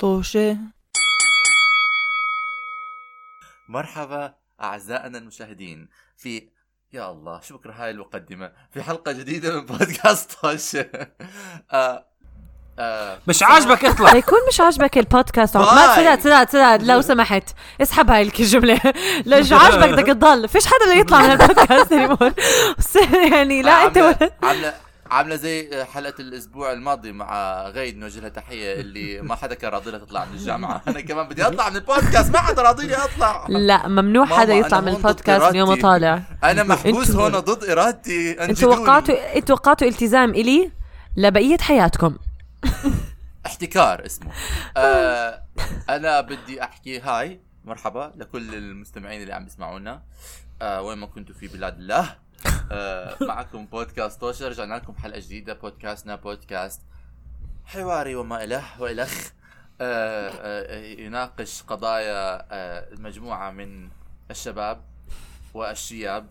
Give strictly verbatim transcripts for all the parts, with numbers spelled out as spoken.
طوشة. مرحبا أعزائنا المشاهدين في يا الله شو بكره هاي المقدمة في حلقة جديدة من بودكاست طوشة. آه آه مش عاجبك اطلع. يكون مش عاجبك البودكاست ما تسداد تسداد تسداد لو سمحت اسحب هاي الجملة. ليش عاجبك بدك تضل فيش حدا اللي يطلع من البودكاست اليوم. يعني لا انت عاملة عاملة زي حلقة الأسبوع الماضي مع غيد نوجه لها تحية اللي ما حدا كان راضي لها تطلع من الجامعة. أنا كمان بدي أطلع من البودكاست ما حدا راضي لي أطلع. لا ممنوع حدا يطلع من البودكاست اليوم طالع. أنا محبوس هون ضد إرادتي. انتوا وقعتوا انتوا وقعتوا التزام إلي لبقية حياتكم. احتكار اسمه. آه أنا بدي أحكي هاي مرحبا لكل المستمعين اللي عم بيسمعونا آه وين ما كنتوا في بلاد الله. آه معكم بودكاست طوشة. رجعنا لكم حلقة جديدة. بودكاستنا بودكاست حواري وما إله وإلخ. آه آه يناقش قضايا آه مجموعة من الشباب والشياب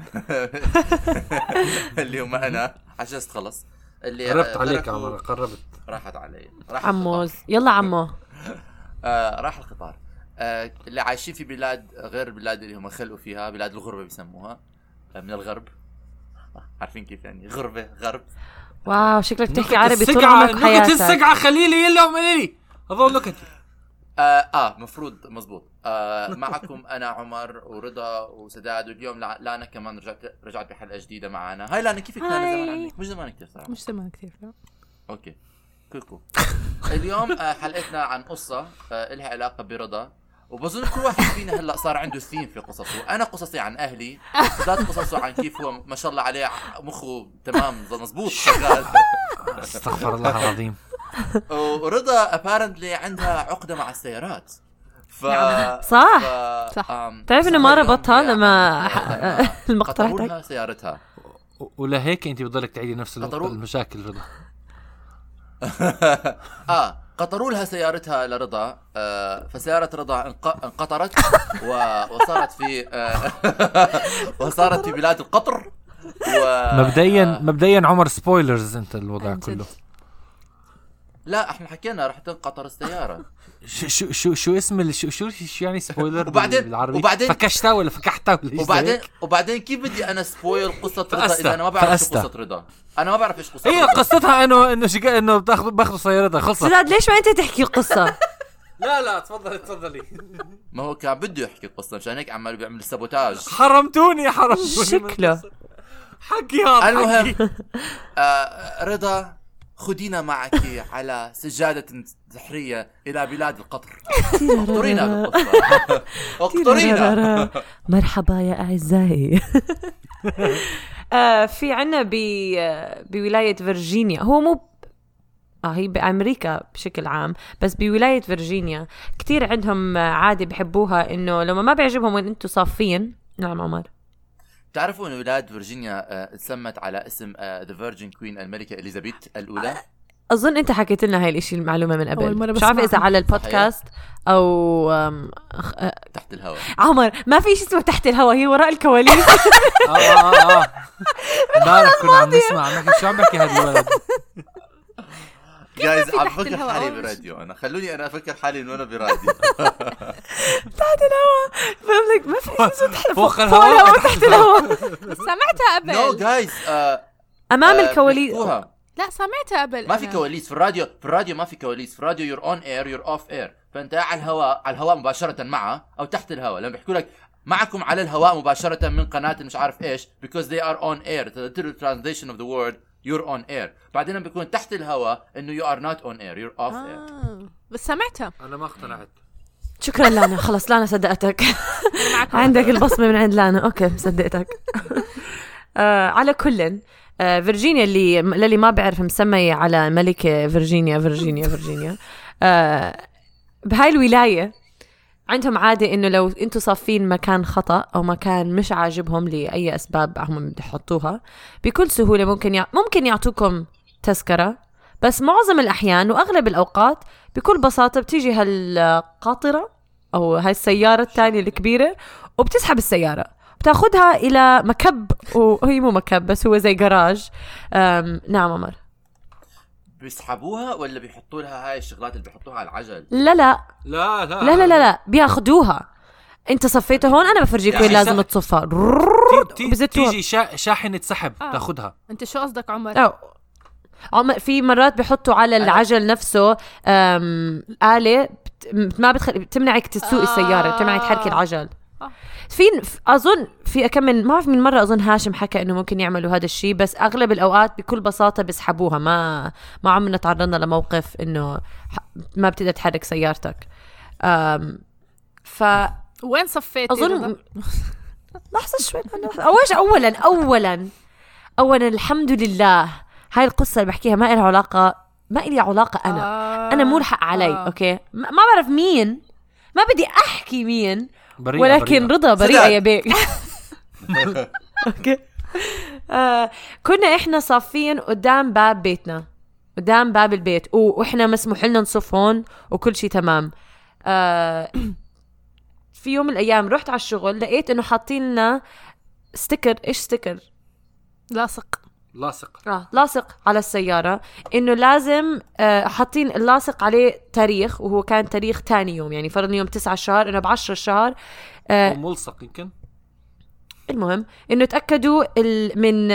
اللي هم أنا عجزت خلص اللي قربت عليك عمر قربت راحت علي عموز يلا عمو. آه راح القطار. آه اللي عايشين في بلاد غير البلاد اللي هم خلقوا فيها بلاد الغربة بيسموها من الغرب. عارفين كيف يعني غربة غرب. واو شكلك بتحكي عربي طول عمرك حياتك. نكت السقعة خليلي يلا ومليلي هذول نكت. آه, آه مفروض مزبوط. آه معكم أنا عمر ورضا وسداد واليوم لانا كمان رجعت رجعت بحلقة جديدة معنا. هاي لانا كيفك لانا زمان عنك مش زمان كتير صراحة. مش زمان كتير لا. أوكي كوكو. اليوم آه حلقتنا عن قصة آه إلها علاقة برضا وبظن كل واحد فينا هلا صار عنده ثيم في قصصه. انا قصصي عن اهلي ذات قصصه عن كيف هو ما شاء الله عليه مخه تمام مظبوط شغال. استغفر الله العظيم. ورضا ابارنتلي عندها عقده مع السيارات. ف صح ف... صح تعرف انه ما ربطها لما المقطع قطرولها سيارتها ولهيك انت بتضلك تعيدي نفس المشاكل رضا. اه قطروا لها سيارتها لرضا. آه فسيارة رضا انقطرت وصارت في آه وصارت في بلاد القطر. و... مبدئيا مبدئيا عمر سبويلرز انت الوضع كله. لا احنا حكينا رح تنقطر السيارة. شو شو شو اسم ال... شو شو شو يعني سبويلر وبعدين بالعربي؟ وبعدين فكشتها ولا فكحتها ولا وبعدين وبعدين كيف بدي انا سبويل قصة رضا اذا انا ما بعرف قصة رضا. انا ما بعرف ايش قصة هي قصتها انه انه شيء انه بتاخذ باخذ سيارتها خلصت. سداد ليش ما انت تحكي القصة؟ لا لا تفضلي تفضلي. ما هو كان بده يحكي القصة مشان هيك عمال بيعمل سابوتاج. حرمتوني حرمتوني شكله حكي هذا. المهم آه رضا خدينا معك على سجادة سحرية إلى بلاد القطر. اقطرينا بالقصة. اقطرينا. مرحبا يا أعزائي. آه في عنا بولاية فرجينيا. هو مو آه هي بأمريكا بشكل عام بس بولاية فرجينيا كتير عندهم عادة بحبوها إنه لما ما بيعجبهم وين أنتوا صافين. نعم عمر. تعرفوا إن ولاية فرجينيا تسمت على اسم The Virgin Queen الملكة إليزابيث الأولى. أظن أنت حكيت لنا هاي الإشي المعلومة من قبل. مش عارفة إذا على البودكاست أو أخ... تحت الهواء. عمر ما في شيء اسمه تحت الهواء هي وراء الكواليس. آه آه آه امبارح كنا عم نسمع عم شو عم بحكي هذا الولد. جايز عم بفكر حالي براديو. أنا خلوني أنا أفكر حالي إنه أنا براديو. تحت الهواء فهملك ما في شيء تحت فوق الهواء وتحت الهواء. سمعتها قبل. نو جايز أمام الكواليس. لا سمعتها قبل. ما في كواليس في الراديو. في الراديو ما في كواليس. في الراديو يور اون اير يور اوف اير. فانت على الهواء على الهواء مباشره معه او تحت الهواء. لما بيحكوا لك معكم على الهواء مباشره من قناه مش عارف ايش because they are on air the literal translation of the word you're on air. بعدين بيكون تحت الهواء انه you are not on air you're off آه. air. بس سمعتها. انا ما اقتنعت. شكرا لانا خلص لانا صدقتك. عندك البصمه من عند لانا. اوكي صدقتك. آه على كل آه فيرجينيا اللي للي ما بعرف مسمية على ملكة فيرجينيا فيرجينيا فيرجينيا. آه بهاي الولاية عندهم عادة إنه لو أنتوا صافين مكان خطأ أو مكان مش عاجبهم لأي أسباب هم بيحطوها بكل سهولة ممكن يع... ممكن يعطوكم تذكرة. بس معظم الأحيان وأغلب الأوقات بكل بساطة بتيجي هالقاطرة أو هاي السيارة الثانية الكبيرة وبتسحب السيارة بتاخدها إلى مكب وهي مو مكب بس هو زي جراج. نعم عمر. بيسحبوها ولا بيحطوا لها هاي الشغلات اللي بيحطوها على العجل؟ لا لا لا لا لا لا لا, لا. بياخدوها. انت صفيته هون، انا بفرجيك وين لازم تصفها. تي تي تيجي شا شاحنة سحب آه. تاخدها. انت شو قصدك عمر؟ أو. عمر في مرات بحطوا على العجل نفسه آلة ما بتخلي بتمنعك تسوق السيارة، بتمنعك تحركي العجل. في اظن في كم من ما بعرف من مره اظن هاشم حكى انه ممكن يعملوا هذا الشيء، بس اغلب الاوقات بكل بساطه بيسحبوها. ما ما عمرنا تعرضنا لموقف انه ما بتقدر تحرك سيارتك. أم ف وين صفيتي؟ اظن لحظه شوي. اول اولا اولا اولا الحمد لله هاي القصه اللي بحكيها ما لها علاقه ما لي علاقه انا آه. انا ملحق علي آه. اوكي ما بعرف مين، ما بدي احكي مين، بريئة ولكن بريئة. رضا بريئة يا بيك. اوكي. آه كنا احنا صافين قدام باب بيتنا، قدام باب البيت، واحنا مسموح لنا نصف هون وكل شيء تمام. آه في يوم من الايام رحت على الشغل لقيت انه حاطين لنا ستيكر. ايش ستيكر؟ لاصق لاصق اه لاصق على السيارة، انه لازم آه حاطين اللاصق عليه تاريخ، وهو كان تاريخ تاني يوم، يعني فرضنا يوم تسعة شهر انه بعشرة شهر آه ملصق يمكن. المهم انه تأكدوا من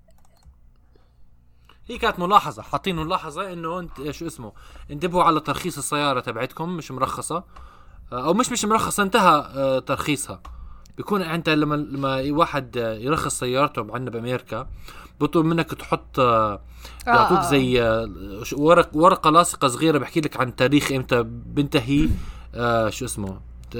هي كانت ملاحظة، حاطين ملاحظة انه انت شو اسمه انتبهوا على ترخيص السيارة تبعتكم مش مرخصة او مش مش مرخصة انتهى آه ترخيصها. بيكون انت لما لما واحد يرخص سيارته عندنا بامريكا بطلب منك تحط يعطوك آه زي ورق ورقه لاصقه صغيره بحكي لك عن تاريخ امتى بنتهي آه شو اسمه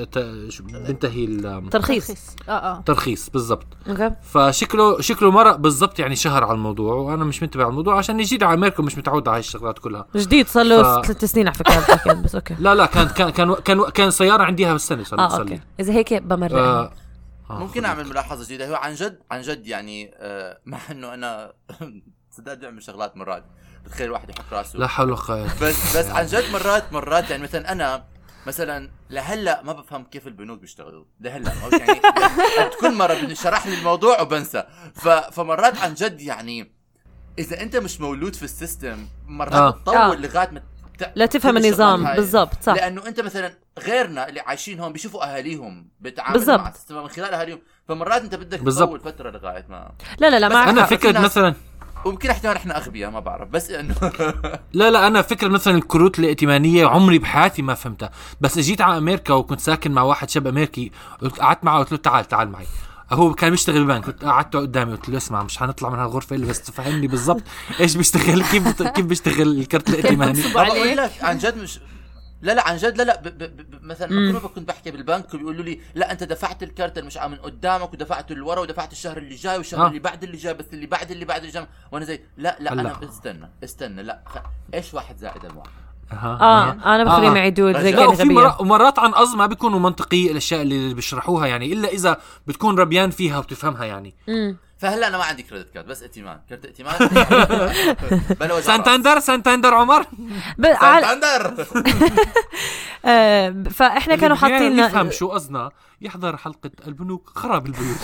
بنتهي الترخيص. اه اه ترخيص بالضبط. اوكي. فشكله شكله مرق بالضبط يعني شهر على الموضوع، وانا مش منتبه على الموضوع عشان جديد على امريكا مش متعود على هاي الشغلات كلها. جديد صار له ف... ثلاث سنين على فكره. بس اوكي. لا لا كان كان كان كان, كان سياره عنديها بالسنه صار آه لي. اذا هيك بمرق آه آه ممكن اعمل ملاحظه جديده. هو عن جد عن جد يعني آه مع انه انا صدق بعمل شغلات مرات بتخيل الواحد يحط راسه لا حول ولا قوه بس بس عن جد مرات مرات يعني مثلا انا مثلا لهلا ما بفهم كيف البنوك بيشتغلوا لهلا يعني كل مره بنشرح لي الموضوع وبنسى. فمرات عن جد يعني اذا انت مش مولود في السيستم مرات آه. تطول آه. لغايه ما لا تفهم النظام بالضبط. صح. لانه انت مثلا غيرنا اللي عايشين هون بيشوفوا اهاليهم بتعامل مع السيستم من خلال اهاليهم، فمرات انت بدك تطول فتره لغايه ما لا لا لا ما انا فكره مثلا وممكن احنا احنا اغبياء ما بعرف بس انه لا لا انا فكره مثلا الكروت الائتمانيه عمري بحياتي ما فهمتها، بس جيت على امريكا وكنت ساكن مع واحد شاب امريكي قعدت معه قلت له تعال تعال معي. هو كان بيشتغل ببنك، كنت قعدته قدامي قلت له اسمع مش حنطلع من هالغرفه الا بس تفهمني بالضبط ايش بيشتغل كيف كيف بيشتغل الكرت الائتماني. بقول لك عن جد مش لا لا عن جد لا لا ب ب ب مثلا كنت كنت بحكي بالبنك بيقولوا لي لا انت دفعت الكرت مش من قدامك ودفعت الورا ودفعت الشهر اللي جاي والشهر آه. اللي بعد اللي جاي بس اللي بعد اللي بعد اللي جاي وانا زي لا لا الله. انا استنى استنى لا خ... ايش واحد زائد الواحد اه انا بخليهم يعيدوا زي كده غبيه. مرات ومرات عن قصد ما بيكونوا منطقيه الاشياء اللي بيشرحوها يعني الا اذا بتكون ربيان فيها وبتفهمها يعني. امم فهلا انا ما عندي كريدت كارد بس ائتمان كرت ائتمان سانتاندر سانتاندر عمر سانتاندر. فاحنا كانوا حاطين يفهم شو قصدنا يحضر حلقه البنوك خراب البيوت.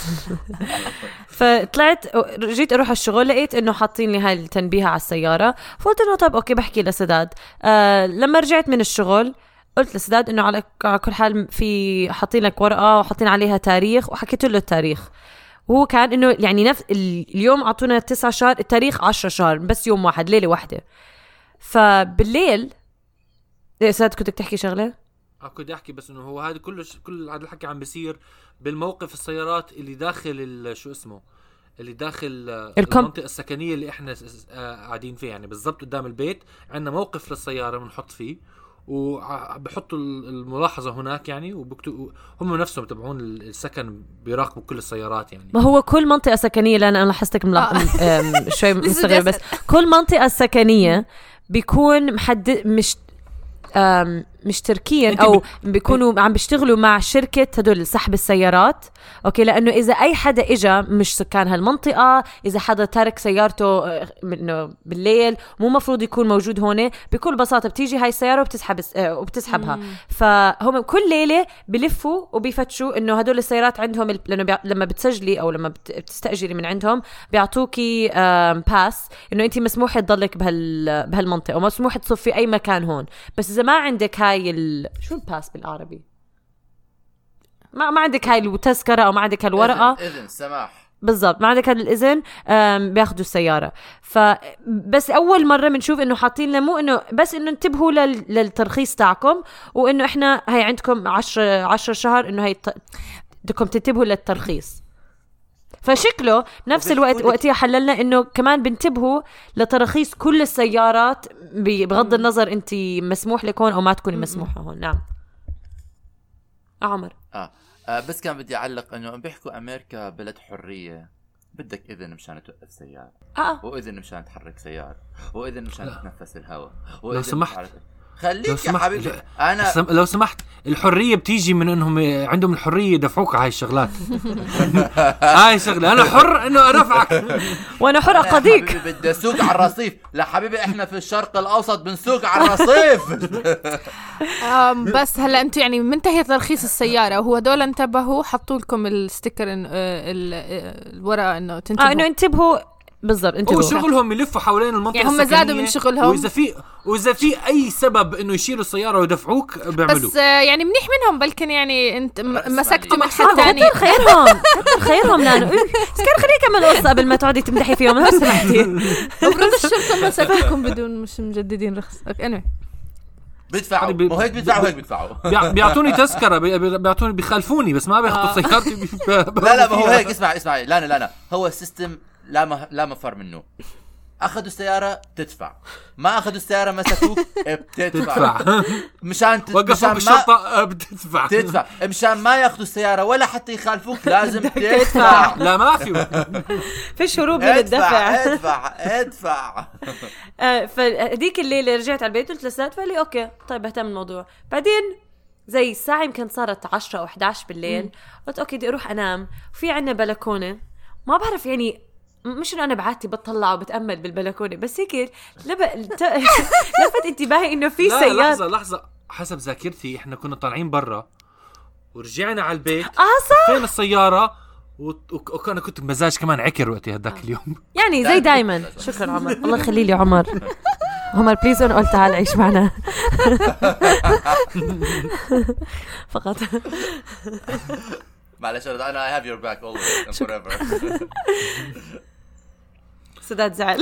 فطلعت جيت اروح الشغل لقيت انه حاطين لي هاي التنبيه على السياره، فقلت انه طب اوكي بحكي لسداد. آه لما رجعت من الشغل قلت لسداد انه على كل حال في حاطين لك ورقه وحاطين عليها تاريخ، وحكيت له التاريخ وهو كان انه يعني نفس اليوم اعطونا تسعة شهر التاريخ عشرة شهر بس يوم واحد ليله واحده. فبالليل إيه سداد كنت تحكي شغله؟ اه كنت احكي بس انه هو هذا كله كل هذا الحكي عم بيصير بالموقف السيارات اللي داخل شو اسمه اللي داخل الكم... المنطقه السكنيه اللي احنا قاعدين فيها يعني بالضبط قدام البيت عندنا موقف للسياره بنحط فيه وبحطوا الملاحظه هناك يعني وبكتبوا هم نفسهم تبعون السكن بيراقبوا كل السيارات يعني. ما هو كل منطقه سكنيه لان انا لاحظتك ملاحظ شوي مستغرب بس كل منطقه سكنيه بيكون محدد مش مشتركين أنت او ب- بيكونوا عم بيشتغلوا مع شركه هدول سحب السيارات. اوكي لانه اذا اي حدا اجى مش سكان هالمنطقه، اذا حدا ترك سيارته آه، انه بالليل مو مفروض يكون موجود هون، بكل بساطه بتيجي هاي السياره وبتسحب آه، وبتسحبها. فهم كل ليله بلفوا وبيفتشوا انه هدول السيارات عندهم ال- لانه بيع... لما بتسجلي او لما بت... بتستاجري من عندهم بيعطوكي آم، باس انه انت مسموح تضلك بهال بهالمنطقه ومسموح تصف في اي مكان هون. بس اذا ما عندك هاي ال... شو الباس بالعربي؟ ما ما عندك هاي التذكره او ما عندك هالورقه، اذن سماح بالضبط ما عندك هذا الاذن، آم، بياخدوا السياره. فبس اول مره بنشوف انه حاطين لنا مو انه بس انه انتبهوا لل... للترخيص تاعكم، وانه احنا هي عندكم عشرة عشرة شهر انه هي ت... بدكم تنتبهوا للترخيص. فشكله بنفس الوقت وقتها حللنا انه كمان بنتبهوا لتراخيص كل السيارات بغض النظر انت مسموح لك هون او ما تكوني مسموحه هون. نعم عمر. آه. اه بس كان بدي اعلق انه بيحكوا امريكا بلد حريه، بدك اذن مشان توقف سياره، اه واذن مشان تحرك سياره، واذن مشان تتنفس الهواء، لو سمحت خليك لو يا سمحت حبيبي. ل- انا سم... لو سمحت الحريه بتيجي من انهم عندهم الحريه يدفعوك على هاي الشغلات. هاي شغله انا حر انه ارفعك. وانا حر أنا يا اقضيك. حبيبي بدي اسوق على الرصيف. لا حبيبي احنا في الشرق الاوسط بنسوق على الرصيف. آم، بس هلا انتوا يعني منتهي ترخيص السياره وهو هدول انتبهوا حطوا لكم الستيكر إن- آه، ال- آه، الورقه انه اه تنتبهوا. انه انتبهوا بالضبط هو انتبهوا. شغلهم يلفوا حوالين المنطقه يعني هم زادوا السكنية، من شغلهم. واذا في واذا في اي سبب انه يشيلوا السياره ويدفعوك بيعملوا. بس آه، يعني منيح منهم، بلكن يعني انت م- اسمع مسكتوا لي. من حد ثاني. كتر خيرهم كتر خيرهم لانه بس كان خليك كمل قصه قبل ما تقعدي تمدحي فيهم لو سمحتي. المفروض الشرطه مسكوكم بدون مش مجددين رخص. اوكي anyway. بيدفعوا يعني بي- مو هيك بيدفعوا هيك بيدفعوا. بيع- بيعطوني تذكره بي- بي- بيعطوني بيخالفوني بس ما بياخذوا آه. سيارتي بي- بي- لا لا ما هو فيها. هيك. اسمع اسمع لا لا لا هو السيستم لا مه... لا مفر منه. اخذوا السياره تدفع، ما اخذوا السياره مسكوك بتدفع تدفع. مشان ت... وقفوا مشان ما بالشرطه آه، بتدفع. تدفع مشان ما ياخذوا السياره ولا حتى يخالفوك لازم تدفع. لا ما في. فيش هروب من ادفع الدفع. ادفع ادفع. آه، فهديك الليله رجعت على البيت قلت لسات فقال اوكي طيب اهتم الموضوع. بعدين زي الساعه يمكن صارت عشرة او إحدى عشر بالليل قلت اوكي بدي اروح انام. في عنا بلكونه ما بعرف يعني مش انه انا بعادتي بطلع وبتامل بالبلكونه بس هيك لب... لت... لفت انتباهي انه في لا سيارة. لحظه لحظه حسب ذاكرتي احنا كنا طالعين برا ورجعنا على البيت اه صح فين السياره و- وك- وكان كنت بمزاج كمان عكر وقتي هذاك اليوم. يعني زي دايما. شكرا عمر الله يخلي لي عمر. عمر بليز انا قلت تعال عيش معنا. فقط معلش انا I have your back always and forever. سداد زعل.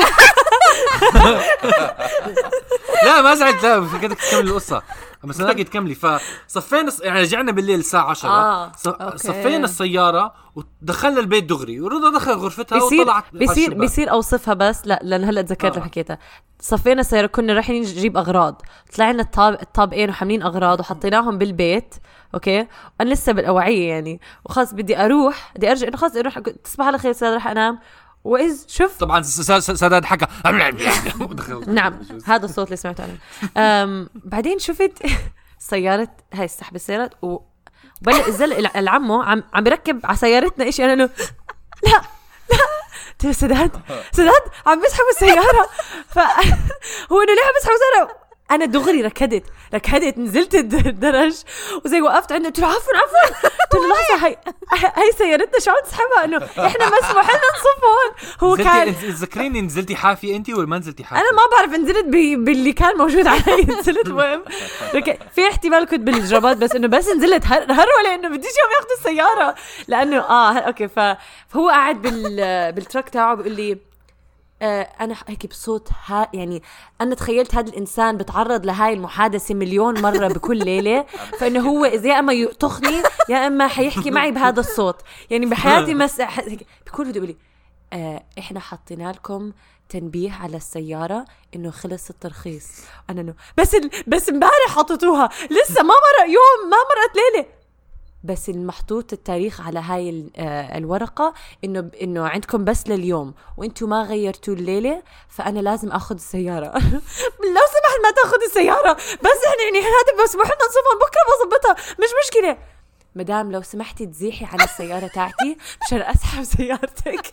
لا ما زعلت لا بدك تكمل القصه بس انا لقيت تكملي. فصفينا يعني رجعنا بالليل الساعه عشرة آه. ص- أوكي. صفينا السياره ودخلنا البيت دغري ورضا دخل غرفتها بيصير وطلعت على بيصير الشباك. بيصير اوصفها بس لا لان هلا تذكرت آه. حكيتها. صفينا السياره كنا رايحين نجيب اغراض طلعنا الطاب الطابقين وحاملين اغراض وحطيناهم بالبيت. اوكي انا لسه بالاوعيه يعني وخلاص بدي اروح بدي ارجع انه خلاص اروح تصبح على خير سيدة رح انام. واذ شوف طبعا س- س- سداد حكى ودخل. نعم هذا الصوت اللي سمعته انا. أم بعدين شفت سياره هاي السحب السيارات وبلق الزل العمو عم عم بركب على سيارتنا إشي. انا انه لا لا قلت له سداد سداد عم بيسحبوا السياره. فهو انه ليه عم بيسحبوا السياره. انا دغري ركضت ركضت نزلت الد- الدرج وزي وقفت عنده قلت له عفوا عفوا قلت له لحظه هي هي سيارتنا شو عم تسحبها انه احنا مسموح لنا نصف هون. هو كان نزلتي تذكريني نزلتي حافي انت ولا ما نزلتي حافي؟ انا ما بعرف نزلت ب- باللي كان موجود علي. نزلت المهم لك- في احتمال كنت بالجرابات بس انه بس نزلت هر هرولة انه بديش يوم ياخذوا السياره لانه اه ه- اوكي ف- فهو قاعد بال بالتراك تاعه بيقول لي آه انا هيك بصوت ها يعني انا تخيلت هذا الانسان بتعرض لهاي المحادثه مليون مره بكل ليله فانه هو اذا يا اما يطخني يا اما حيحكي معي بهذا الصوت يعني بحياتي مس بكون بده يقول لي آه احنا حطينا لكم تنبيه على السيارة انه خلص الترخيص. انا انه بس ال... بس امبارح حطيتوها لسه ما مر يوم ما مرت ليلة. بس المحطوط التاريخ على هاي ال- آه، الورقة إنه إنه عندكم بس لليوم وإنتوا ما غيرتوا الليلة، فأنا لازم أخذ السيارة. لو سمحت ما تأخذ السيارة، بس إحنا يعني هذا بس محنا نصفها بكرة بظبطها مش مشكلة. مدام لو سمحتي تزيحي عن السيارة تاعتي مشان أسحب سيارتك.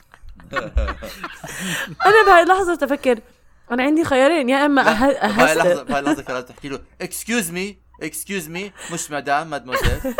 أنا بهاي اللحظة تفكر أنا عندي خيارين، يا إما لا، أه- بهاي اللحظة أهستر. بهاي اللحظة كانت تحكي له excuse me excuse me مش مدام مادموزيل.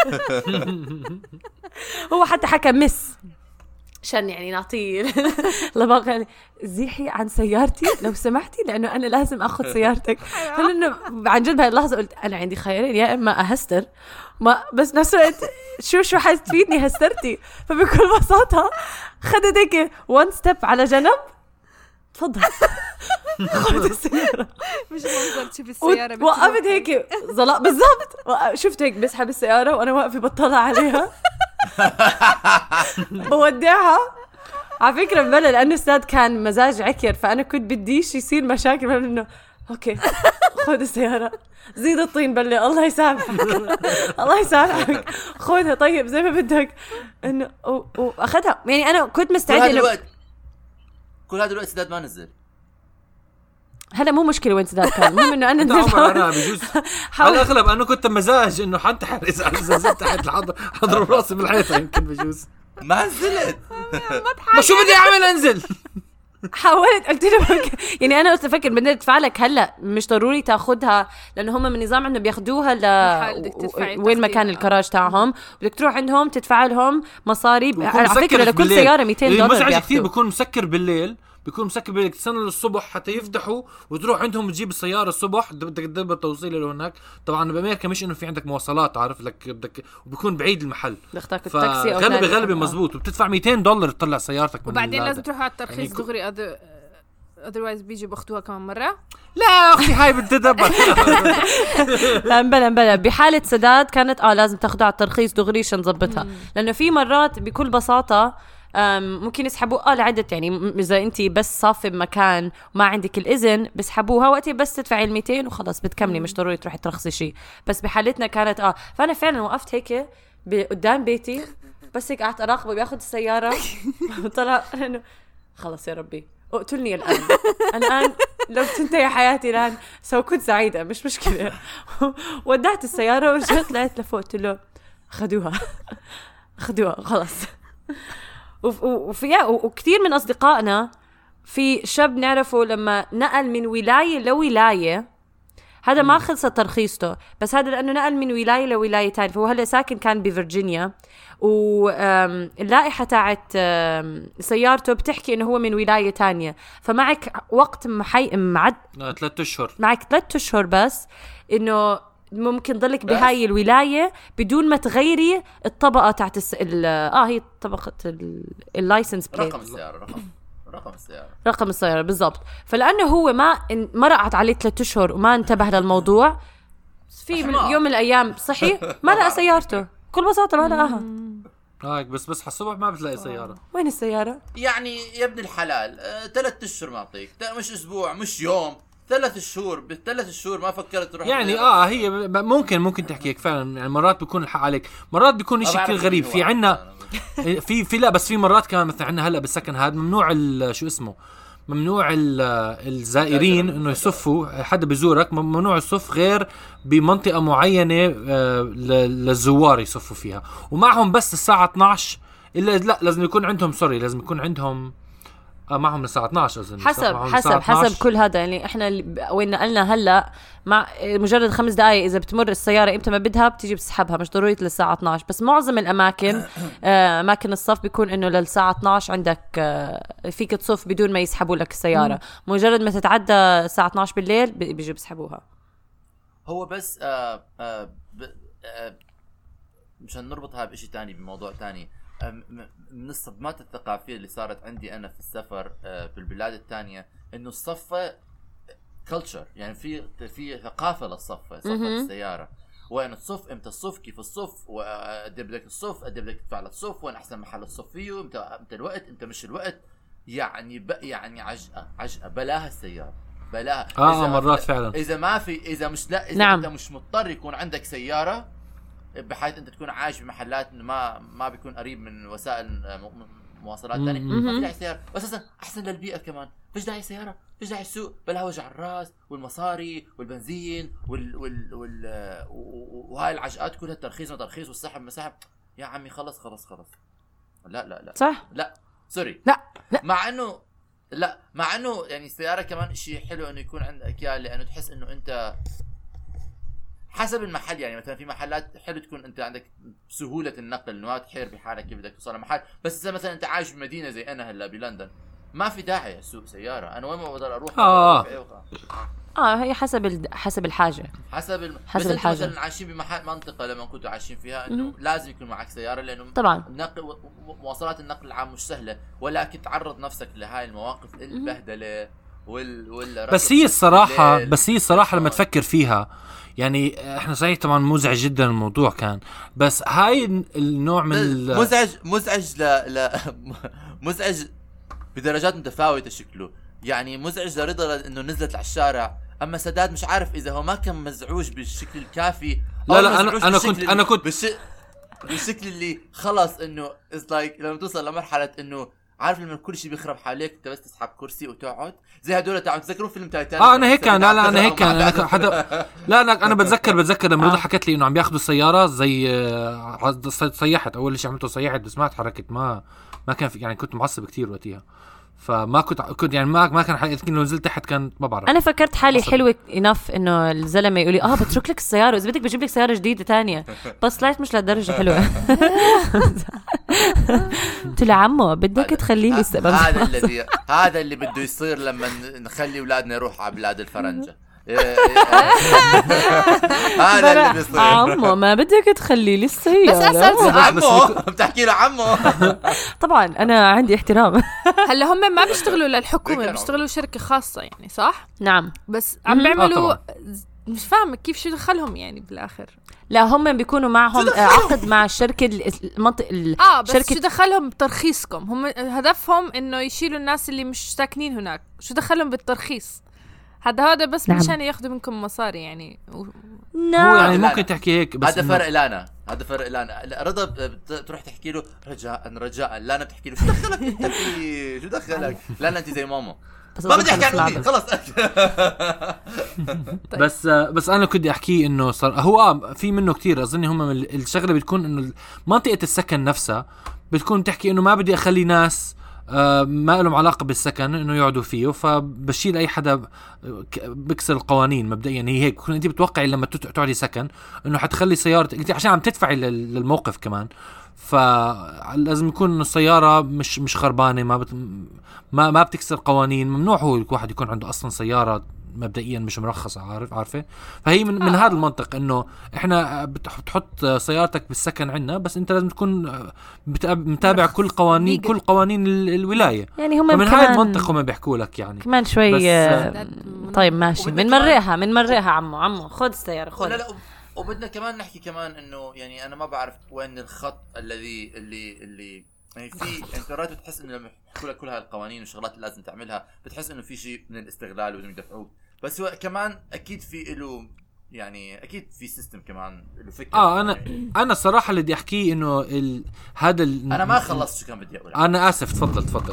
هو حتى حكى مس عشان يعني نعطيه لما قال زيحي عن سيارتي لو سمحتي لأنه أنا لازم أخذ سيارتك. فلأنه عن جد بهاي اللحظة قلت أنا عندي خيارين، يا إما أهستر ما بس نفس الوقت شو شو حتفيدني هسترتي. فبكل بساطة خدت هيك وان ستيب على جنب، تفضل خذ السيارة. مش منظر تشوف السيارة وقفت هيك زلق بالضبط، وق- شفت هيك بسحب السيارة وأنا واقفة بطلع عليها بودعها. على فكرة ببلا لأنه الأستاذ كان مزاج عكر، فأنا كنت بديش يصير مشاكل من إنه أوكي خذ السيارة زيد الطين بلي الله يسامحك الله يسامحك خذها طيب زي ما بدك إنه و- وأخذها. يعني أنا كنت كل مستعدة هذا إنه الوقت كل هذا الوقت سداد ما نزل. هلا مو مشكلة وين سداد كان، المهم إنه أنا انت نزلت عمر هون. انا بجوز على حاول الاغلب انه كنت مزاج انه حتى حارس على زلزال تحت الحضر حضر راسي بالحيطه يمكن بجوز ما نزلت. ما شو بدي اعمل انزل. حاولت قلت له يعني انا قلت افكر بدنا ندفع لك هلا مش ضروري تاخذها لانه هم من النظام انه بياخذوها محل ل بدك تدفعي وين ما كان تاخديها. الكراج تاعهم، بدك تروح عندهم تدفع لهم مصاري. بكون على مسكر فكره لكل بالليل. سياره مئتين دولار المزعج كثير بياخذوا. بيكون مسكر بالليل، بيكون مسكر بالليل تستنى للصبح حتى يفتحوا وتروح عندهم وتجيب السياره الصبح بدك تدبر توصيل لهناك. طبعا بامريكا مش انه في عندك مواصلات عارف لك بدك وبكون بعيد المحل، بدك تاخذ تاكسي او فغلبة تاكسي. غلبة مزبوط وبتدفع مئتين دولار تطلع سيارتك من وبعدين ال- لازم تروحوا على الترخيص يعني دغري otherwise بيجي باخدوها كمان مرة. لا اختي هاي بتدبر. لا بلا بلا بحاله سداد كانت اه لازم تاخذها على الترخيص دغري عشان نظبطها، لانه في مرات بكل بساطه أم، ممكن يسحبوا اه لعدة يعني م- اذا انت بس صافي بمكان وما عندك الاذن بسحبوها وقتي بس تدفعي ال مئتين وخلص بتكملي مش ضروري تروحي ترخصي شيء. بس بحالتنا كانت اه فانا فعلا وقفت هيك ب- قدام بيتي بس هيك قعدت اراقبه بياخذ السياره وطلع انه خلص يا ربي اقتلني الان الان لو تنتهي حياتي الان سو كنت سعيده مش مشكله. ودعت السياره ورجعت طلعت لفوق قلت له اخذوها اخذوها خلص. وف- وفي وكثير من أصدقائنا في شاب نعرفه لما نقل من ولاية لولاية، هذا ما خلص ترخيصته بس هذا لأنه نقل من ولاية لولاية تانية، فهو هلا ساكن كان بفرجينيا واللائحة تاعت آم، سيارته بتحكي إنه هو من ولاية تانية، فمعك وقت محي معد آه، ثلاثة اشهر معك ثلاثة أشهر بس إنه ممكن ضلك بهاي الولاية بدون ما تغيري الطبقة تاعت الس... ال... اه هي طبقة ال... اللايسنس بليت، رقم السيارة رقم رقم السيارة رقم السيارة بالضبط. فلأنه هو ما إن... ما رقعت عليه ثلاثة أشهر وما انتبه للموضوع، في من أحمر. يوم من الأيام صحي ما لقى سيارته بكل بساطة ما لقاها. هيك بس بس الصبح ما بتلاقي سيارة. وين السيارة؟ يعني يا ابن الحلال آه، ثلاث اشهر معطيك تا- مش اسبوع مش يوم ثلاث شهور بالثلاث شهور ما فكرت تروح يعني تغير؟ اه هي ب- ممكن ممكن تحكيك فعلا، يعني مرات بيكون الحق عليك، مرات بيكون ما اشي بعرف كتير مين غريب. هو في أصلاً. عنا في في لا بس في مرات كمان مثلا عنا هلا بالسكن هذا ممنوع ال- شو اسمه ممنوع ال- الزائرين انه يصفوا، حدا بيزورك ممنوع الصف غير بمنطقة معينة آه، ل- للزوار يصفوا فيها، ومعهم بس الساعة اثنعش الا لا لازم يكون عندهم سوري لازم يكون عندهم آه معهم الساعة اثنعش أظن حسب معهم حسب الساعة حسب اثنعش. كل هذا يعني احنا اللي ب- وين نقلنا هلا مع مجرد خمس دقائق اذا بتمر السياره امتى ما بدها بتيجي بتسحبها مش ضروري للساعه اثنعش. بس معظم الاماكن آه، اماكن الصف بيكون انه للساعه اثنعش عندك آه، فيك تصف بدون ما يسحبوا لك السياره، مجرد ما تتعدى الساعه اثنعش بالليل بي- بيجوا بيسحبوها. هو بس آه آه ب- آه مشان نربطها بشيء تاني بموضوع تاني، آه م- من الصدمات الثقافية اللي صارت عندي أنا في السفر آه بالبلاد التانية إنه الصفة كلتشر، يعني في في ثقافة للصفة صفة مهم. السيارة، وين الصف امتى الصف كيف الصف وقد بدك الصف قد بدك تدفع للصف وين أحسن محل الصف فيه امتى امتى الوقت امتى مش الوقت، يعني ب يعني عجقة عجقة بلاها السيارة بلاها. اه إذا ما مرات في- فعلا اذا ما في اذا مش لا اذا نعم. انت مش مضطر يكون عندك سياره بحيث انت تكون عايش بمحلات ما ما بيكون قريب من وسائل مواصلات ثانيه، مم. ما في داعي سياره، واساسا احسن للبيئه كمان، فيش داعي سياره، فيش داعي السوق بلا وجع الراس والمصاري والبنزين وال وال, وال... وهاي العجقات كلها، الترخيص وترخيص والسحب مسحب. يا عمي خلص خلص خلص. لا لا لا صح. لا سوري لا لا مع انه لا مع انه يعني السياره كمان شيء حلو انه يكون عندك اياه، لانه تحس انه انت حسب المحل. يعني مثلا في محلات حلو تكون انت عندك سهوله النقل، انه ما تحير بحالك كيف بدك توصل محل. بس اذا مثلا انت عايش بمدينه زي انا هلا بلندن، ما في داعي اسوق سياره، انا وين ما بقدر اروح آه. اه هي حسب ال... حسب الحاجه حسب الم... حسب بس الحاجة. مثلا عايشين بمحل منطقه لما كنتوا عايشين فيها انه مم. لازم يكون معك سياره، لانه طبعا النقل و... مواصلات النقل العام مش سهله، ولكن تعرض نفسك لهاي المواقف البهدله وال وال بس هي الصراحة بس هي الصراحة لما تفكر فيها، يعني احنا صحيح طبعا مزعج جدا الموضوع كان، بس هاي النوع من ال... مزعج مزعج لا لا مزعج بدرجات متفاوتة شكله. يعني مزعج لرضا انه نزلت على الشارع، اما سداد مش عارف اذا هو ما كان مزعوج بالشكل الكافي. لا لا انا انا كنت انا كنت بالش... بالشكل اللي خلص انه it's like لما توصل لمرحلة انه عارف لما كل شيء بيخرب حواليك انت بس تسحب كرسي وتقعد زي هدول تاعوا. تذكروا فيلم تايتانيك؟ اه انا هيك لا لا انا هيك انا حدا لا انا انا بتذكر بتذكر لما رضا حكت لي انه عم بياخذوا السياره زي آه، صيحت. اول شيء عملته صيحت بس ما تحركت، ما ما كان في، يعني كنت معصب كتير وقتها، فما كنت كنت يعني ما ما كان حقيقة لو نزلت تحت كان ما بعرف. انا فكرت حالي حلوه انف انه الزلمه يقول لي اه بترك لك السياره واذا بدك بجيب لك سياره جديده تانية، بس طلعت مش لهالدرجه حلوه. قلت له عمو بدك تخلي لي السبب. هذا الذي هذا اللي بده يصير لما نخلي اولادنا يروحوا على بلاد الفرنجه. هذا اللي بيصير. عمو ما بدك تخلي لي السياره؟ بس أسأل عمو بتحكي له عمو. طبعا انا عندي احترام. هلا هم ما بيشتغلوا للحكومه، بيشتغلوا شركه خاصه يعني صح؟ نعم بس عم بيعملوا آه مش فاهمه كيف شو دخلهم يعني بالاخر. لا هم بيكونوا معهم عقد مع الشركه المنطق اه بس شركة... شو دخلهم بترخيصكم؟ هم هدفهم انه يشيلوا الناس اللي مش ساكنين هناك، شو دخلهم بالترخيص؟ هذا هذا بس نعم. مشان ياخذوا منكم مصاري يعني و... هو يعني ممكن تحكي هيك بس هذا فرق لانا هذا فرق لانا رضا بتروح تحكي له رجاء رجاء لانا بتحكي له شو دخلك انت في شو دخلك لانا انت زي ماما ما بدي احكي عن امي خلص. بس بس انا كنت احكي انه صار هو آه في منه كتير. اظن هم الشغله بتكون انه منطقه السكن نفسها بتكون تحكي انه ما بدي اخلي ناس آه ما لهم علاقه بالسكن انه يقعدوا فيه، فبشيل اي حدا بكسر القوانين. مبدئيا هي هيك كنت انت بتوقعي لما تقعدي سكن انه حتخلي سيارتك انت عشان عم تدفعي للموقف كمان، فلازم يكون انه السياره مش مش خربانه، ما بت ما ما بتكسر قوانين. ممنوع هو الواحد يكون عنده اصلا سياره مبدئيا مش مرخصه، عارف عارفه. فهي من, من هذا المنطق انه احنا بتحط سيارتك بالسكن عندنا، بس انت لازم تكون متابع كل قوانين كل قوانين الولايه. يعني هم من هذا المنطق هم بيحكوا لك يعني كمان شوي. طيب ماشي بنمريها بنمريها عمو عمو خذ السياره خذ. لا لا وبدنا كمان نحكي كمان انه يعني انا ما بعرف وين الخط الذي اللي اللي يعني في انت رات بتحس انه لما يحكوا لك كل هاي القوانين والشغلات اللي لازم تعملها بتحس انه في شيء من الاستغلال ولازم يدفعوك، بس هو كمان اكيد في له يعني اكيد في سيستم كمان له فكره. اه انا يعني. انا الصراحه اللي بدي احكيه انه ال... هذا ال... انا ما خلصت شو كان بدي اقول. انا اسف تفضل تفضل.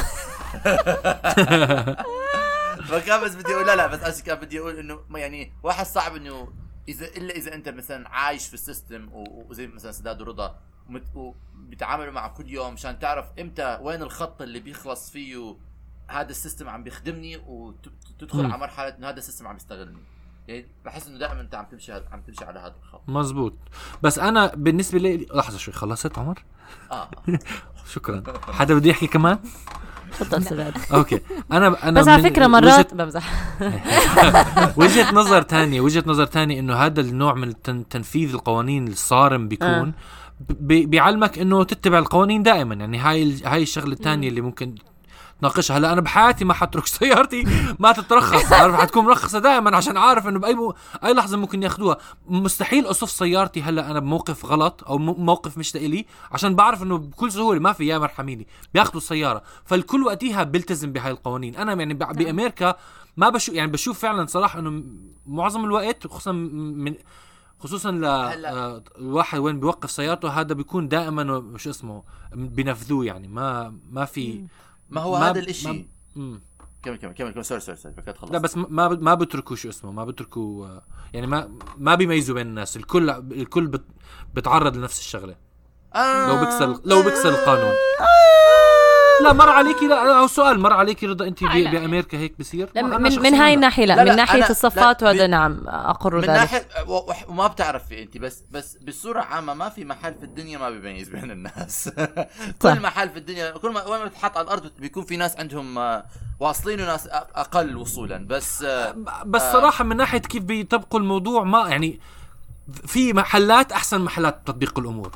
فكان بس بدي اقول لا لا بس كان بدي اقول انه يعني واحد صعب انه اذا الا اذا انت مثلا عايش في السيستم وزي مثلا سداد ورضا وبيتعاملوا مع كل يوم مشان تعرف امتى وين الخط اللي بيخلص فيه هذا السيستم عم بيخدمني وتدخل م. على مرحله انه هذا السيستم عم يستغلني. يعني بحس انه دائما انت عم تمشي عم تمشي على هذا الخط. مزبوط. بس انا بالنسبه لي لحظه شوي خلصت عمر. اه شكرا. حدا بده يحكي كمان؟ تفضل سداد. اوكي انا انا بس على فكره مرات وجهة... بمزح. وجهه نظر تانية وجهه نظر تانية انه هذا النوع من تنفيذ القوانين الصارم بيكون آه. بيعلمك انه تتبع القوانين دائما. يعني هاي هاي الشغله الثانيه اللي ممكن تناقشها. هلا انا بحياتي ما حترك سيارتي ما تترخص، عارف حتكون مرخصه دائما عشان عارف انه باي مو... اي لحظه ممكن ياخذوها. مستحيل اصف سيارتي هلا انا بموقف غلط او موقف مش لإلي عشان بعرف انه بكل سهوله ما في يا مرحميني بياخذوا السياره. فالكل وقتها بيلتزم بهاي القوانين. انا يعني بامريكا ما بشوف يعني بشوف فعلا صراحه انه معظم الوقت خصوصا من خصوصا لواحد وين بيوقف سيارته هذا بيكون دائما وش اسمه بنفذوه يعني ما ما في ما هو ما هذا الاشي ما كمل كمل كمل كمل سوري سوري سوري لا بس ما ما بتركوا شو اسمه ما بتركوا يعني ما ما بيميزوا بين الناس الكل الكل بت بتعرض لنفس الشغله آه لو بكسل لو بكسل القانون لا مر عليكي لا او سؤال مر عليكي رضا انت بامريكا هيك بصير من, من هاي الناحيه لا, لا من ناحيه الصفات وهذا نعم اقر ذلك من ناحيه وما بتعرفي انت بس بس بصوره عامه ما في محل في الدنيا ما بيميز بين الناس كل محل في الدنيا كل ما وين بتحط على الارض بيكون في ناس عندهم واصلين وناس اقل وصولا بس بس صراحه من ناحيه كيف بيطبقوا الموضوع ما يعني في محلات احسن محلات تطبيق الامور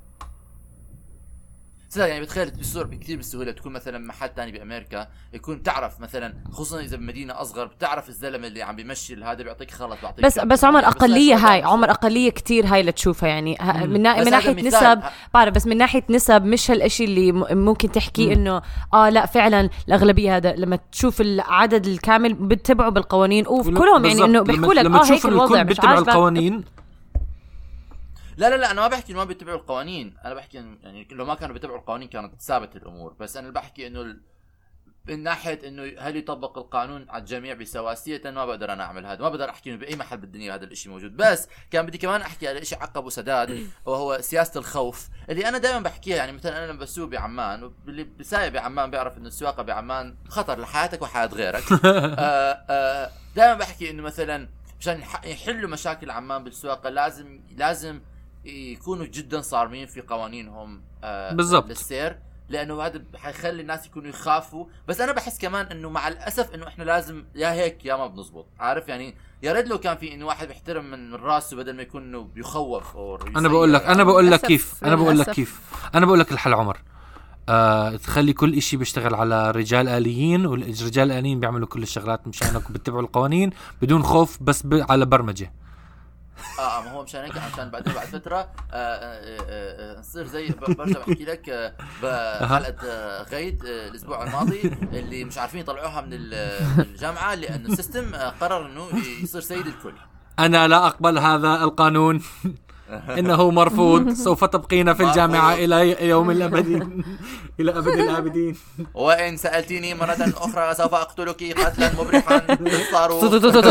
يعني بتخيل بالصورة كثير بالسهولة تكون مثلا محل تاني بأمريكا يكون تعرف مثلا خصوصا إذا بمدينة أصغر بتعرف الزلمة اللي عم بيمشي هذا بيعطيك خلط بيعطيك بس بس عمر أقلية هاي عمر أقلية كتير هاي لتشوفها يعني من, نا... من ناحية نسب بعرف بس من ناحية نسب مش هالإشي اللي ممكن تحكي إنه آه لا فعلا الأغلبية هذا لما تشوف العدد الكامل بتتبعوا بالقوانين وكلهم يعني إنه بيحكوا لك آه هيك الوضع مش عاجبك القوانين لا لا لا انا ما بحكي انه ما بيتبعوا القوانين انا بحكي يعني لو ما كانوا بيتبعوا القوانين كانت ثابت الامور بس انا بحكي انه ال... من ناحيه انه هل يطبق القانون على الجميع بسواسيه ما بقدر انا اعمل هذا ما بقدر احكي انه باي محل بالدنيا هذا الاشي موجود بس كان بدي كمان احكي على شيء عقب وسداد وهو سياسه الخوف اللي انا دائما بحكيها يعني مثلا انا لما بسوق بعمان واللي بسايق بعمان بيعرف انه السواقه بعمان خطر لحياتك وحياه غيرك دائما بحكي انه مثلا مشان يحلوا مشاكل عمان بالسواقه لازم لازم يكونوا جدا صارمين في قوانينهم آه بالضبط للسير لانه هذا حيخلي الناس يكونوا يخافوا بس انا بحس كمان انه مع الاسف انه احنا لازم يا هيك يا ما بنزبط عارف يعني يا ريت لو كان في انه واحد بيحترم من راسه بدل ما يكون انه بيخوف او انا بقول لك انا بقول لك كيف انا بقول لك كيف انا بقول لك الحل عمر آه تخلي كل إشي بيشتغل على رجال آليين والرجال الآليين بيعملوا كل الشغلات مشانك وبتبعوا القوانين بدون خوف بس ب... على برمجة اه ما هو مشان هيك عشان بعدين بعد فتره نصير زي برجع بحكي لك بحلقه غيد الاسبوع الماضي اللي مش عارفين يطلعوها من الجامعه لانه السيستم قرر انه يصير سيد الكل. انا لا اقبل هذا القانون انه مرفوض سوف تبقين في الجامعه الى يوم الابد الى ابد الابدين وان سالتيني مره اخرى سوف اقتلك قتلا مبرحا بالصاروخ.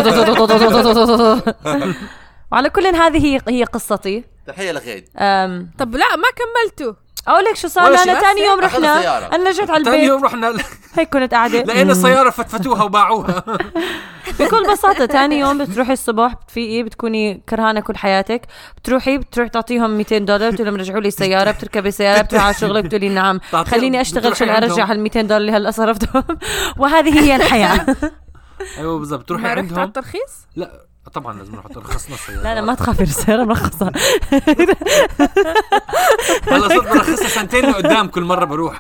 وعلى كل هذه هي قصتي. تحية لغيد. طب لا ما كملتوا. اقول لك شو صار لنا ثاني يوم رحنا انا جيت على البيت ثاني يوم رحنا هيك كنت قاعده لقينا السياره فتفتوها وباعوها بكل بساطه. ثاني يوم بتروحي الصبح بتفيقي بتكوني كرهانه كل حياتك بتروحي بتروح تعطيهم مئتين دولار بتقول لهم رجعوا لي السياره بتركبي السياره بتروحي على شغلك بتقولي نعم خليني اشتغل عشان ارجع هال مئتين دولار اللي هلا صرفتهم وهذه هي الحياه. ايوه بالضبط تروحي عندهم على الترخيص لا طبعا لازم نروح نرخصنا السيارة. لا لا ما تخافي السيارة مرخصة. هلا صرت برخصها سنتين لقدام كل مرة بروح.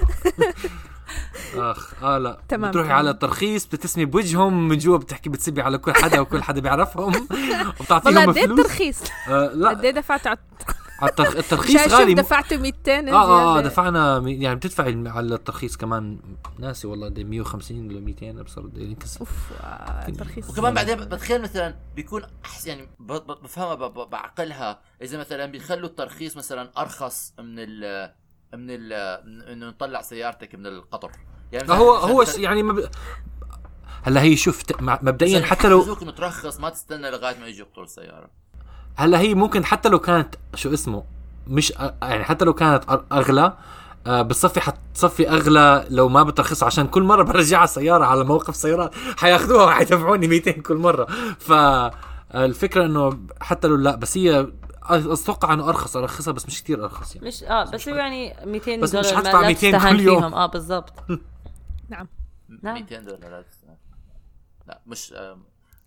اخ اه لا تمام بتروحي على الترخيص بتسمي بوجههم من جوا بتحكي بتسبي على كل حدا وكل حدا بيعرفهم وبتعطيهم فلوس. قد الترخيص آه لا قد دفعت على الترخ... الترخيص غالي دفعتوا مئتين اه اه دفعنا يعني بتدفعي على الترخيص كمان ناسي والله دي مية وخمسين ولا مئتين ابصر ينكسر اوف الترخيص. وكمان بعدين بتخيل مثلا بيكون احسن يعني بفهمها بعقلها اذا مثلا بيخلوا الترخيص مثلا ارخص من ال من ال انه نطلع سيارتك من القطر يعني هو هو يعني مب... هلا هي شفت مبدئيا حتى لو انه ترخص ما تستنى لغايه ما يجي يقطر السياره. هلا هي ممكن حتى لو كانت شو اسمه مش يعني حتى لو كانت اغلى آه بتصفي حتصفي اغلى لو ما بترخص عشان كل مره برجع السياره على موقف سيارات حياخذوها وحيدفعوني مئتين كل مره. فالفكره انه حتى لو لا بس هي اتوقع انه ارخص ارخصها بس مش كتير ارخص يعني مش اه بس هو يعني مئتين بس دولار مش هدفع مئتين كل يوم اه بالضبط. نعم مئتين دولار لا مش آه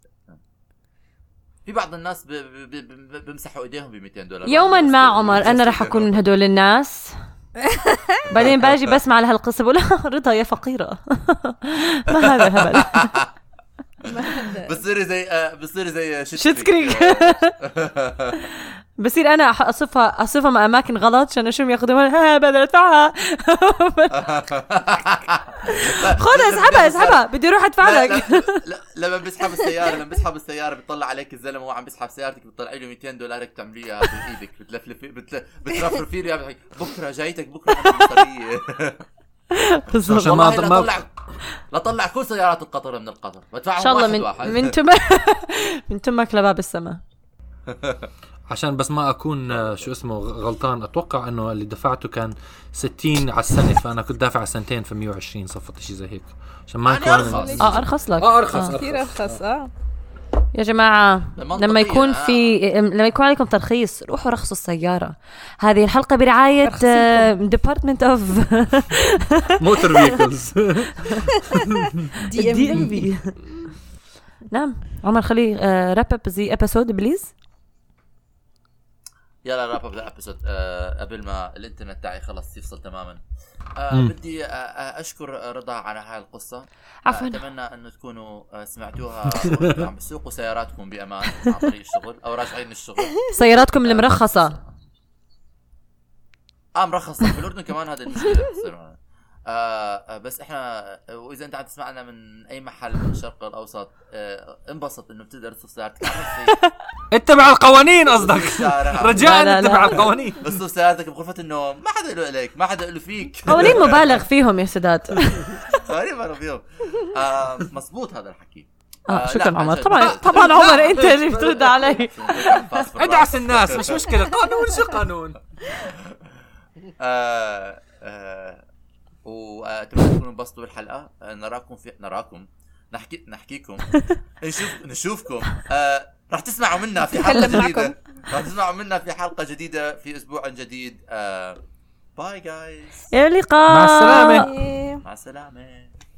في بعض الناس بمسحوا ايديهم ب مئتين دولار يوما ما. عمر انا راح اكون من هدول الناس بعدين باجي بسمع لهالقصه بقول رضا يا فقيره ما هذا الهبل. بصير زي بصير زي شيت كريك بصير انا أح- اصفها اصفها مع اماكن غلط عشان اشوفهم ياخذون ها بدل ادفعها. خذها اسحبها اسحبها بدي اروح ادفع لا لك. لا لا لما بسحب السياره لما بسحب السياره بيطلع عليك الزلمه وهو عم بيسحب سيارتك بيطلع له مئتين دولار تعمليها بايدك بتلفلفي بتل- بترفرفي له بتحكي بكره جايتك بكره عندي مصاريه. عشان ما والله لا ما طلع لا طلع كل سيارات القطر من القطر بدفعهم ان شاء الله واحد من واحد. من تم من تمك لباب السماء. عشان بس ما اكون آه، شو اسمه غلطان، اتوقع انه اللي دفعته كان ستين على السنه، فانا كنت دافع سنتين في مية وعشرين صفت شيء زي هيك عشان ما يعني يكون أرخص. اه ارخص لك. اه ارخص كثير ارخص ارخص. اه يا جماعة منطقية، لما يكون آه. في لما يكون عليكم ترخيص روحوا رخصوا السيارة. هذه الحلقة برعاية ديبارتمنت اوف موتور فيكلز. دي ام بي. نعم عمر خلي راب اب زي ابيسود بليز. يلا راب اب الابيسود أه قبل ما الانترنت تاعي خلص يفصل تماما. أه مم. بدي أه اشكر رضا على هاي القصه. عفواً. أه اتمنى انه تكونوا أه سمعتوها وانتم عم تسوقوا سياراتكم بامان عن طريق الشغل او راجعين الشغل. سياراتكم المرخصة. اه مرخصه في الاردن كمان هذا المشكله بتصير. آه بس احنا واذا انت عم تسمعنا من اي محل من الشرق الاوسط آه انبسط انه بتقدر تسوق سيارتك عم اتبع القوانين قصدك؟ الشارع. رجاء لا، لا، اتبع لا. القوانين. بس سوق سيارتك بغرفه انه ما حدا له عليك ما حدا له فيك. قوانين مبالغ فيهم يا سادات. غريب فيهم. آه مزبوط هذا الحكي. اه لا، شكرا عمر. عشان- طبعا طبعا عمر انت اللي بترد علي. ادعس الناس مش مشكله، قانون شو قانون. آه آه واتمنى تكونوا انبسطوا بالحلقه. آه نراكم في نراكم نحكي نحكيكم نشوف نشوفكم. آه راح تسمعوا منا في حلقه نتكلم جديده. معكم. راح تسمعوا منا في حلقه جديده في اسبوع جديد. آه باي جايز. الى اللقاء. مع السلامة. مع السلامه.